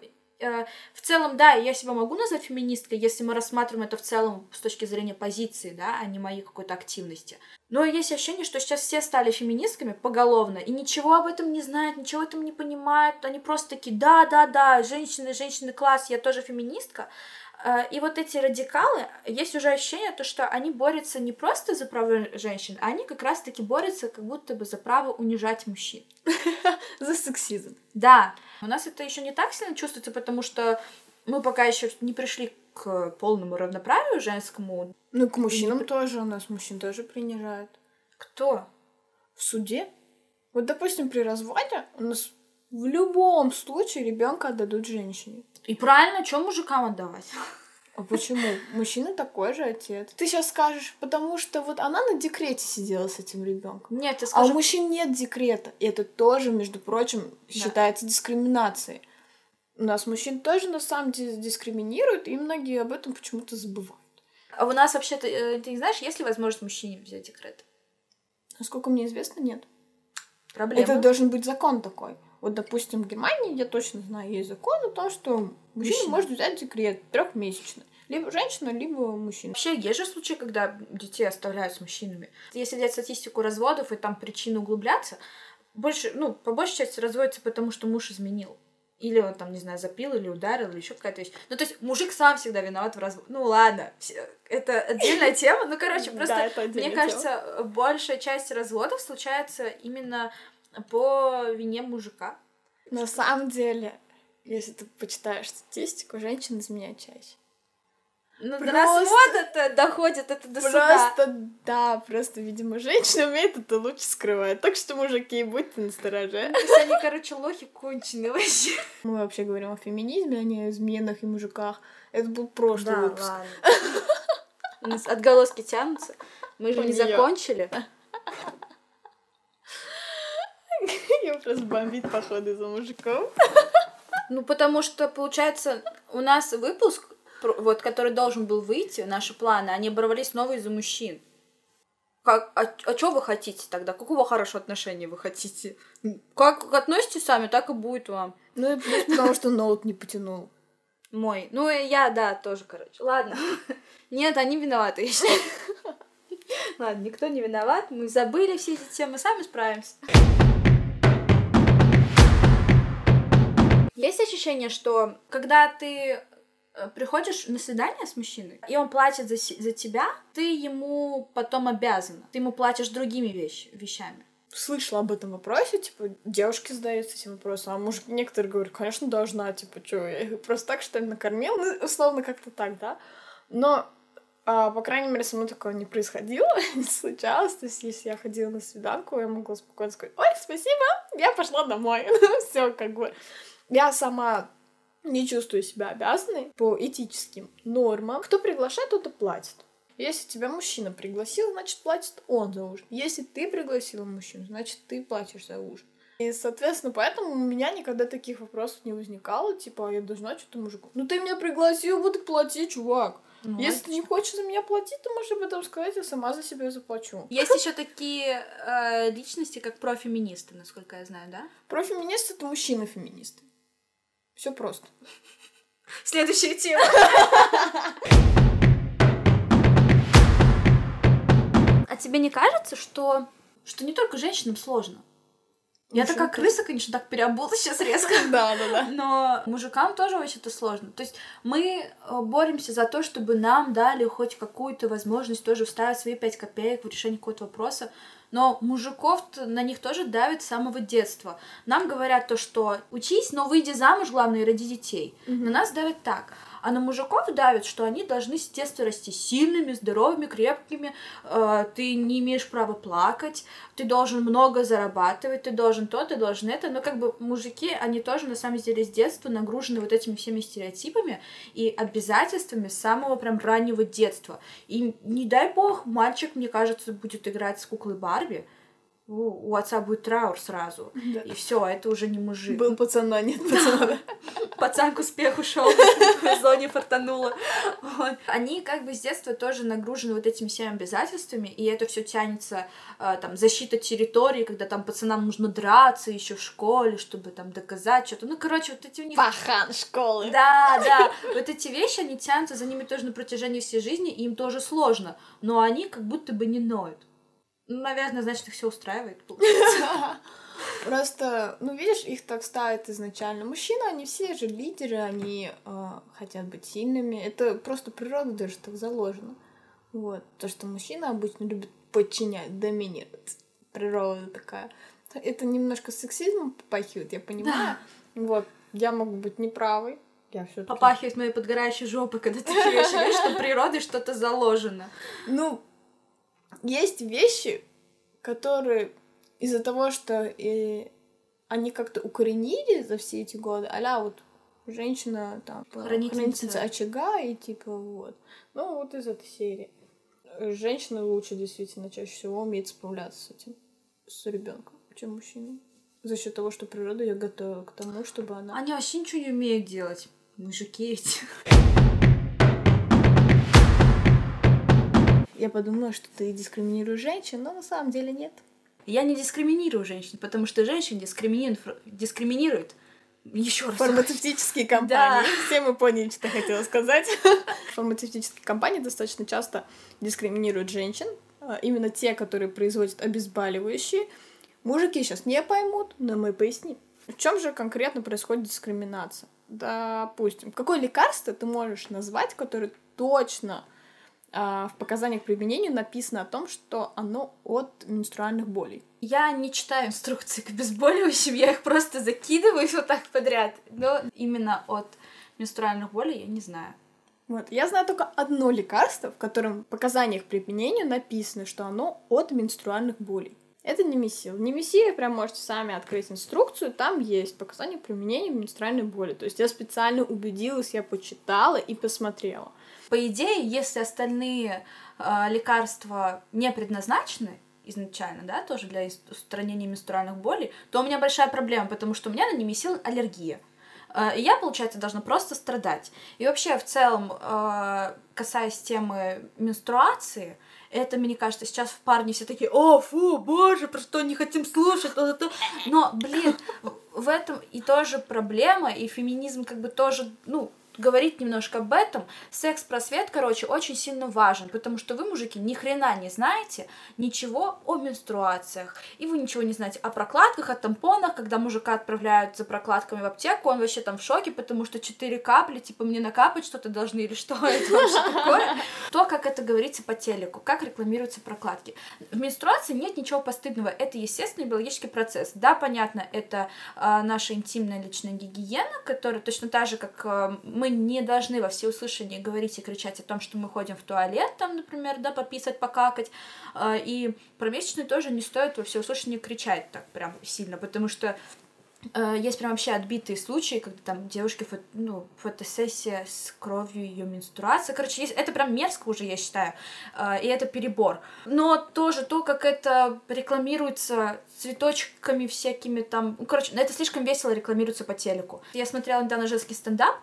в целом, да, я себя могу назвать феминисткой, если мы рассматриваем это в целом с точки зрения позиции, да, а не моей какой-то активности. Но есть ощущение, что сейчас все стали феминистками поголовно, и ничего об этом не знают, ничего об этом не понимают, они просто такие, да, женщины, класс, я тоже феминистка. И вот эти радикалы, есть уже ощущение, то, что они борются не просто за права женщин, а они как раз-таки борются как будто бы за право унижать мужчин. За сексизм. Да. У нас это еще не так сильно чувствуется, потому что мы пока еще не пришли к полному равноправию женскому. К мужчинам тоже. У нас мужчин тоже принижают. Кто? В суде. Вот, допустим, при разводе у нас в любом случае ребенка отдадут женщине. И правильно, что мужикам отдавать? А почему? Мужчина такой же отец. Ты сейчас скажешь, потому что вот она на декрете сидела с этим ребенком. Нет, ты скажешь... А у мужчин нет декрета. И это тоже, между прочим, считается дискриминацией. У нас мужчин тоже на самом деле дискриминируют, и многие об этом почему-то забывают. А у нас вообще-то, ты не знаешь, есть ли возможность мужчине взять декрет? Насколько мне известно, нет. Проблема. Это должен быть закон такой. Вот, допустим, в Германии, я точно знаю, есть закон о том, что мужчина может взять декрет 3-месячный. Либо женщина, либо мужчина. Вообще, есть же случаи, когда детей оставляют с мужчинами. Если взять статистику разводов и там причины углубляться, по большей части разводятся потому, что муж изменил. Или он там, не знаю, запил, или ударил, или еще какая-то вещь. Ну, то есть мужик сам всегда виноват в разводе. Ну, ладно, это отдельная тема. Ну, короче, просто, мне кажется, большая часть разводов случается именно по вине мужика. На самом деле, если ты почитаешь статистику, женщин изменяют чаще. Ну, до развода-то доходит это до суда. Просто, видимо, женщина умеет это лучше скрывать. Так что, мужики, будьте настороже. То есть они, короче, лохи конченые вообще. Мы вообще говорим о феминизме, а не о изменах и мужиках. Это был прошлый выпуск. Ладно. У нас отголоски тянутся. Мы же не закончили. Я просто бомбит, походу, за мужиков. Ну, потому что, получается, у нас выпуск, вот, который должен был выйти, наши планы, они оборвались снова из-за мужчин. А что вы хотите тогда? Какого хорошего отношения вы хотите? Как относитесь сами, так и будет вам. Ну, и плюс потому что ноут не потянул. Мой. Ну, и я, да, тоже, короче. Ладно. Нет, они виноваты, я считаю. Ладно, никто не виноват. Мы забыли все эти темы, сами справимся. Есть ощущение, что когда ты приходишь на свидание с мужчиной, и он платит за тебя, ты ему потом обязана. Ты ему платишь другими вещами. Слышала об этом вопросе, типа, девушки задаются этим вопросом, а мужик некоторые говорят, конечно, должна, типа, что, я их просто так, что ли, накормил? Ну, условно, как-то так, да? Но, по крайней мере, со мной такого не происходило, не случалось. То есть, если я ходила на свиданку, я могла спокойно сказать, ой, спасибо, я пошла домой. Все, как бы. Я сама не чувствую себя обязанной по этическим нормам. Кто приглашает, тот и платит. Если тебя мужчина пригласил, значит, платит он за ужин. Если ты пригласила мужчину, значит, ты платишь за ужин. И, соответственно, поэтому у меня никогда таких вопросов не возникало, типа, я должна что-то мужику. Ну, ты меня пригласил, буду платить, чувак. Ну, если ты не хочешь за меня платить, то можешь об этом сказать, я сама за себя заплачу. Есть еще такие личности, как профеминисты, насколько я знаю, да? Профеминист — это мужчина-феминист. Все просто. Следующая тема. А тебе не кажется, что не только женщинам сложно? Я такая крыса, конечно, так переобулась сейчас резко. Да. Но мужикам тоже вообще-то сложно. То есть мы боремся за то, чтобы нам дали хоть какую-то возможность тоже вставить свои 5 копеек в решение какого-то вопроса. Но мужиков на них тоже давят с самого детства. Нам говорят то, что учись, но выйди замуж, главное, и роди детей. На нас давят так. А на мужиков давят, что они должны с детства расти сильными, здоровыми, крепкими. Ты не имеешь права плакать, ты должен много зарабатывать, ты должен то, ты должен это. Но как бы мужики, они тоже на самом деле с детства нагружены вот этими всеми стереотипами и обязательствами с самого прям раннего детства. И не дай бог, мальчик, мне кажется, будет играть с куклой Барби. У отца будет траур сразу. Да. И все, это уже не мужик. Был пацан, а нет пацана. Пацан к успеху шел, в зоне фартануло. Они как бы с детства тоже нагружены вот этими всеми обязательствами, и это все тянется, там, защита территории, когда там пацанам нужно драться еще в школе, чтобы там доказать что-то. Ну, короче, вот эти у них... Пахан школы. Да. Вот эти вещи, они тянутся за ними тоже на протяжении всей жизни, и им тоже сложно. Но они как будто бы не ноют. Ну, наверное, значит, их все устраивает, получается. Просто, видишь, их так ставят изначально. Мужчины, они все же лидеры, они хотят быть сильными. Это просто природа даже так заложена. Вот. То, что мужчина обычно любит подчинять, доминировать. Природа такая. Это немножко сексизмом попахивает, я понимаю. Да. Вот. Я могу быть неправой. Попахивает моей подгорающей жопой, когда ты чуешь, что природой что-то заложено. Есть вещи, которые из-за того, что они как-то укоренили за все эти годы, а-ля вот женщина там хранительница очага и типа вот. Вот из этой серии. Женщина лучше действительно чаще всего умеет справляться с этим, с ребенком, чем мужчина. За счет того, что природа ее готовила к тому, чтобы она... Они вообще ничего не умеют делать. Мужики эти. Я подумала, что ты дискриминируешь женщин, но на самом деле нет. Я не дискриминирую женщин, потому что женщин дискриминируют. Еще раз. Фармацевтические компании. Да. Все мы поняли, что я хотела сказать. Фармацевтические компании достаточно часто дискриминируют женщин. Именно те, которые производят обезболивающие. Мужики сейчас не поймут, но мы поясним. В чем же конкретно происходит дискриминация? Допустим, какое лекарство ты можешь назвать, которое точно в показаниях к применению написано о том, что оно от менструальных болей? Я не читаю инструкции к обезболивающим, я их просто закидываю вот так подряд. Но именно от менструальных болей я не знаю. Вот. Я знаю только одно лекарство, в котором в показаниях к применению написано, что оно от менструальных болей. Это Немесил. В Немесиле прям можете сами открыть инструкцию, там есть показания к применению менструальной боли. То есть я специально убедилась, я почитала и посмотрела. По идее, если остальные лекарства не предназначены изначально, да, тоже для устранения менструальных болей, то у меня большая проблема, потому что у меня на Немесил аллергия. И я, получается, должна просто страдать. И вообще, в целом, касаясь темы менструации, это, мне кажется, сейчас в парне все такие: о, фу, боже, про что не хотим слушать, то. Но, блин, в этом и тоже проблема, и феминизм как бы тоже, говорить немножко об этом. Секс-просвет, очень сильно важен, потому что вы, мужики, ни хрена не знаете ничего о менструациях, и вы ничего не знаете о прокладках, о тампонах. Когда мужика отправляют за прокладками в аптеку, он вообще там в шоке, потому что 4 капли, типа, мне накапать что-то должны, или что это вообще такое? То, как это говорится по телеку, как рекламируются прокладки. В менструации нет ничего постыдного, это естественный биологический процесс. Да, понятно, это наша интимная личная гигиена, которая точно так же, как мы не должны во всеуслышание говорить и кричать о том, что мы ходим в туалет, там, например, да, пописать, покакать, и про месячные тоже не стоит во всеуслышание кричать так прям сильно, потому что есть прям вообще отбитые случаи, когда там девушки, фотосессия с кровью ее менструации. Короче, это прям мерзко уже, я считаю, и это перебор. Но тоже то, как это рекламируется цветочками всякими там... это слишком весело рекламируется по телеку. Я смотрела недавно женский стендап,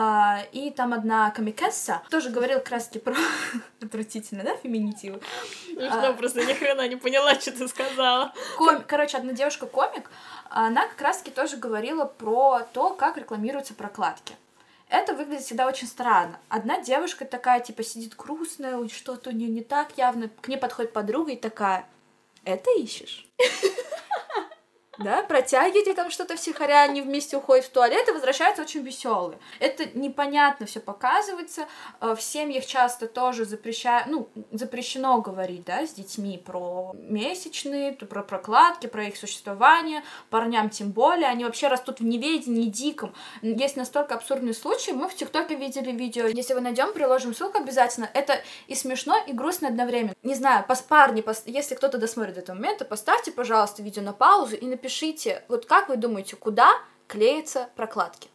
и там одна комикесса тоже говорила как раз-таки про... Отвратительно, да, феминитивы? Просто ни хрена не поняла, что ты сказала. Одна девушка-комик, она как раз-таки тоже говорила про то, как рекламируются прокладки. Это выглядит всегда очень странно. Одна девушка такая, типа, сидит грустная, что-то у нее не так явно, к ней подходит подруга и такая: это ищешь? Да, протягиваете там что-то втихаря, они вместе уходят в туалет и возвращаются очень веселые. Это непонятно все показывается. В семьях часто тоже запрещено говорить, да, с детьми про месячные, про прокладки, про их существование. Парням тем более, они вообще растут в неведении диком. Есть настолько абсурдные случаи. Мы в ТикТоке видели видео. Если вы найдем, приложим ссылку обязательно. Это и смешно, и грустно одновременно. Не знаю, парни, если кто-то досмотрит до этого момента, поставьте, пожалуйста, видео на паузу и напишите, вот как вы думаете, куда клеятся прокладки?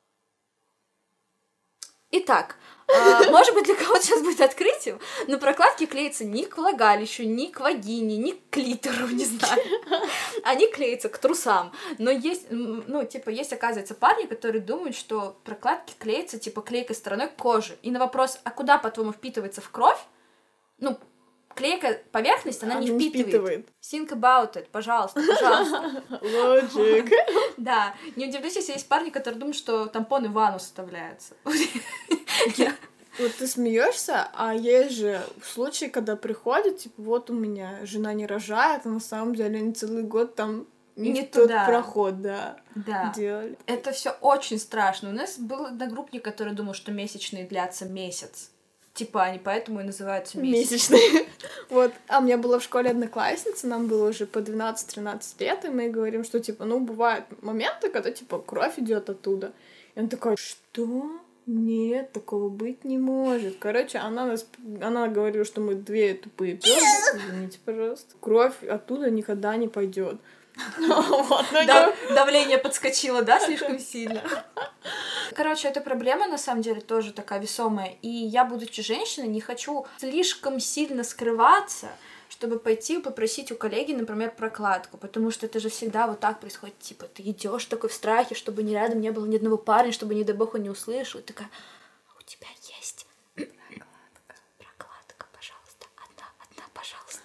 Итак, может быть, для кого-то сейчас будет открытием, но прокладки клеятся не к влагалищу, не к вагине, не к клитору, не знаю. Они клеятся к трусам. Но есть, есть, оказывается, парни, которые думают, что прокладки клеятся, клейкой стороной к коже. И на вопрос, а куда, по-твоему, впитывается в кровь? Клейкая поверхность, она не впитывает. Think about it, пожалуйста. Logic. Да. Не удивлюсь, если есть парни, которые думают, что тампоны в ванну вставляются. Вот ты смеешься, а есть же случаи, когда приходят, вот у меня жена не рожает, а на самом деле они целый год там не тот проход, да, делали. Это все очень страшно. У нас был одногруппник, который думал, что месячные длятся месяц. Они поэтому и называются месячные. Вот. А у меня была в школе одноклассница, нам было уже по 12-13 лет, и мы говорим, что, бывают моменты, когда, кровь идет оттуда. И он такой: что? Нет, такого быть не может. Короче, она говорила, что мы две тупые пёсы, извините, пожалуйста. Кровь оттуда никогда не пойдет. Давление подскочило, да, слишком сильно? Короче, эта проблема, на самом деле, тоже такая весомая. И я, будучи женщиной, не хочу слишком сильно скрываться, чтобы пойти и попросить у коллеги, например, прокладку. Потому что это же всегда вот так происходит. Ты идешь такой в страхе, чтобы рядом не было ни одного парня, чтобы, не дай бог, он не услышал. И такая: у тебя есть прокладка, пожалуйста, одна, пожалуйста.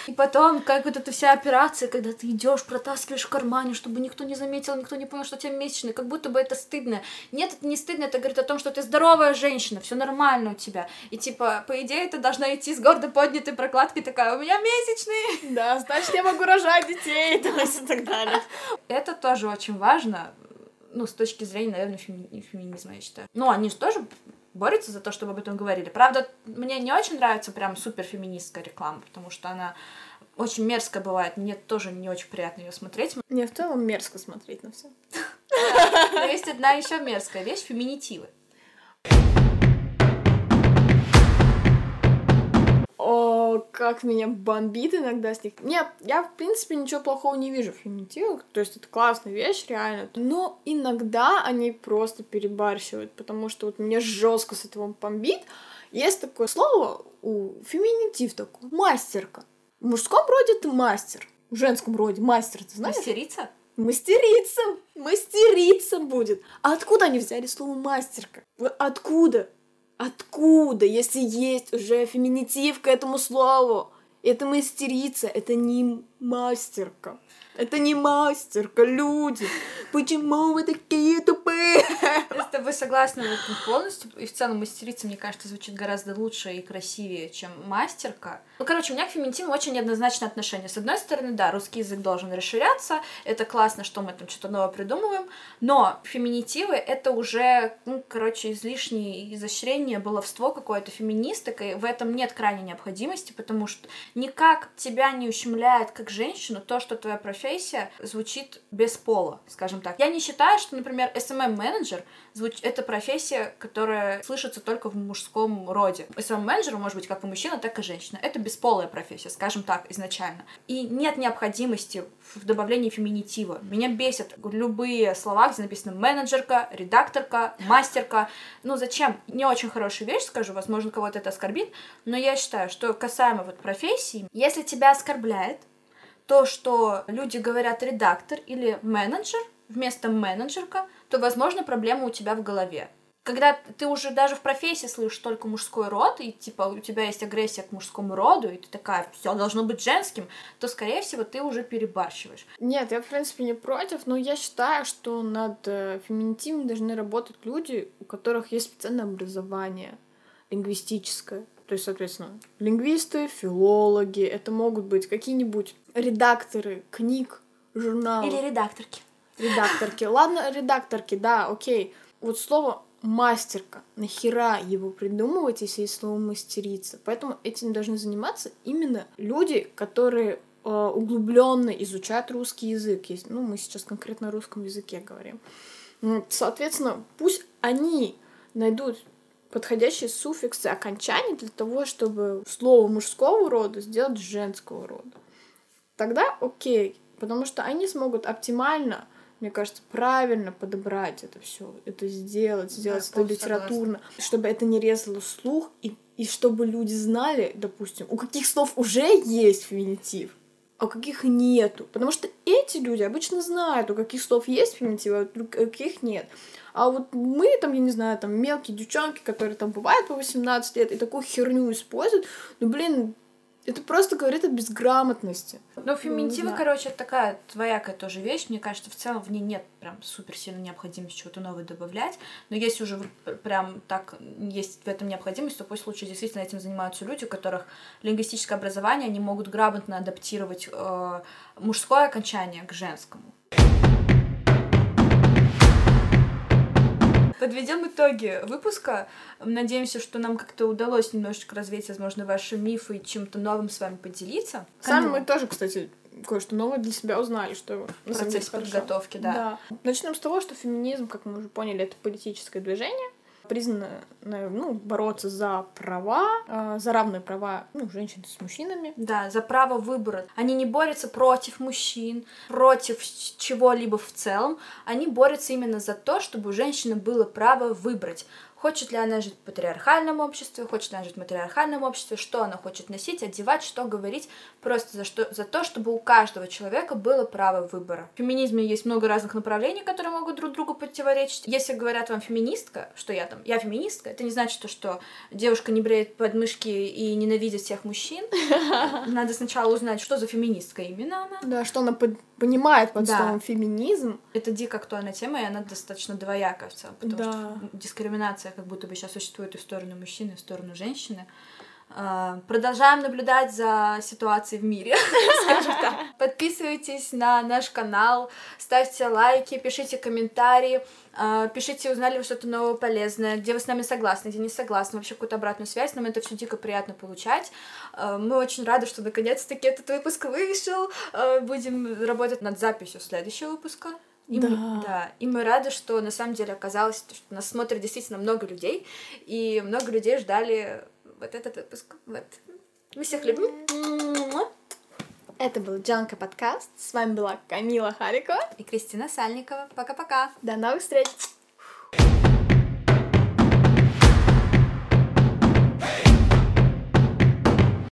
И потом, как вот эта вся операция, когда ты идешь, протаскиваешь в кармане, чтобы никто не заметил, никто не понял, что у тебя месячные, как будто бы это стыдно. Нет, это не стыдно, это говорит о том, что ты здоровая женщина, все нормально у тебя. И типа, по идее, ты должна идти с гордо поднятой прокладкой, такая, у меня месячные. Да, значит, я могу рожать детей, то есть и так далее. Это тоже очень важно, ну, с точки зрения, наверное, феминизма, я считаю. Ну, они же тоже борются за то, чтобы об этом говорили. Правда, мне не очень нравится прям суперфеминистская реклама, потому что она очень мерзкая бывает. Мне тоже не очень приятно ее смотреть. Мне в целом мерзко смотреть на все. Но есть одна еще мерзкая вещь — феминитивы. О, как меня бомбит иногда с них. Нет, я, в принципе, ничего плохого не вижу в феминитивах, то есть это классная вещь, реально. Но иногда они просто перебарщивают, потому что вот меня жестко с этого бомбит. Есть такое слово, феминитив такой, мастерка. В мужском роде это мастер, в женском роде мастер, ты знаешь? Мастерица? Мастерица будет. А откуда они взяли слово мастерка? Откуда? Откуда, если есть уже феминитив к этому слову? Это мастерица, это не мастерка. Это не мастерка, люди. Почему вы такие тупые? Я с тобой согласна в этом полностью. И в целом мастерица, мне кажется, звучит гораздо лучше и красивее, чем мастерка. Ну, короче, у меня к феминитиву очень неоднозначное отношение. С одной стороны, да, русский язык должен расширяться. Это классно, что мы там что-то новое придумываем. Но феминитивы — это уже, ну, короче, излишнее изощрение, баловство какое-то феминисток. И в этом нет крайней необходимости, потому что никак тебя не ущемляет как женщину то, что твоя профессия звучит без пола, скажем так. Я не считаю, что, например, SMM-менеджер это профессия, которая слышится только в мужском роде. SMM-менеджер может быть как и мужчина, так и женщина. Это бесполая профессия, скажем так, изначально. И нет необходимости в добавлении феминитива. Меня бесят любые слова, где написано менеджерка, редакторка, мастерка. Ну зачем? Не очень хорошая вещь, скажу, возможно, кого-то это оскорбит, но я считаю, что касаемо вот профессии, если тебя оскорбляет то, что люди говорят редактор или менеджер вместо менеджерка, то, возможно, проблема у тебя в голове. Когда ты уже даже в профессии слышишь только мужской род, и типа у тебя есть агрессия к мужскому роду, и ты такая, все должно быть женским, то, скорее всего, ты уже перебарщиваешь. Нет, я, в принципе, не против, но я считаю, что над феминитивом должны работать люди, у которых есть специальное образование лингвистическое. То есть, соответственно, лингвисты, филологи, это могут быть какие-нибудь редакторы книг, журналов. Или редакторки. Редакторки. Ладно, редакторки, да, окей. Вот слово мастерка, нахера его придумывать, если есть слово мастерица? Поэтому этим должны заниматься именно люди, которые углубленно изучают русский язык. Ну, мы сейчас конкретно о русском языке говорим. Соответственно, пусть они найдут подходящие суффиксы, окончания для того, чтобы слово мужского рода сделать женского рода. Тогда окей, потому что они смогут оптимально, мне кажется, правильно подобрать это все, это сделать это литературно, чтобы это не резало слух, и чтобы люди знали, допустим, у каких слов уже есть феминитив, а у каких нету. Потому что эти люди обычно знают, у каких слов есть феминитив, а у каких нет. А вот мы там, я не знаю, там мелкие девчонки, которые там бывают по 18 лет и такую херню используют, ну, блин, это просто говорит о безграмотности. Ну, феминитивы, короче, это такая двоякая тоже вещь. Мне кажется, в целом в ней нет прям супер сильной необходимости чего-то новое добавлять. Но если уже прям так есть в этом необходимость, то пусть лучше действительно этим занимаются люди, у которых лингвистическое образование, они могут грамотно адаптировать мужское окончание к женскому. Подведем итоги выпуска. Надеемся, что нам как-то удалось немножечко развеять, возможно, ваши мифы и чем-то новым с вами поделиться. Сами мы тоже, кстати, кое-что новое для себя узнали, что в процессе подготовки, да. Начнем с того, что феминизм, как мы уже поняли, это политическое движение, признано, бороться за права, за равные права, женщин с мужчинами. Да, за право выбора. Они не борются против мужчин, против чего-либо в целом. Они борются именно за то, чтобы у женщины было право выбрать. Хочет ли она жить в патриархальном обществе, хочет ли она жить в матриархальном обществе, что она хочет носить, одевать, что говорить, просто за то, чтобы у каждого человека было право выбора. В феминизме есть много разных направлений, которые могут друг другу противоречить. Если говорят вам феминистка, что я там, я феминистка, это не значит то, что девушка не бреет подмышки и ненавидит всех мужчин. Надо сначала узнать, что за феминистка именно она. Да, что она понимает под словом феминизм. Это дико актуальная тема, и она достаточно двоякая в целом, потому что дискриминация как будто бы сейчас существует и в сторону мужчины, и в сторону женщины. Продолжаем наблюдать за ситуацией в мире, скажем так. Подписывайтесь на наш канал, ставьте лайки, пишите комментарии, пишите, узнали вы что-то новое, полезное, где вы с нами согласны, где не согласны, вообще какую-то обратную связь, нам это все дико приятно получать. Мы очень рады, что наконец-таки этот выпуск вышел, будем работать над записью следующего выпуска. И мы рады, что на самом деле оказалось, что нас смотрит действительно много людей, и много людей ждали вот этот выпуск. Вот. Мы всех любим. Это был Джанка подкаст. С вами была Камила Харикова и Кристина Сальникова. Пока-пока. До новых встреч.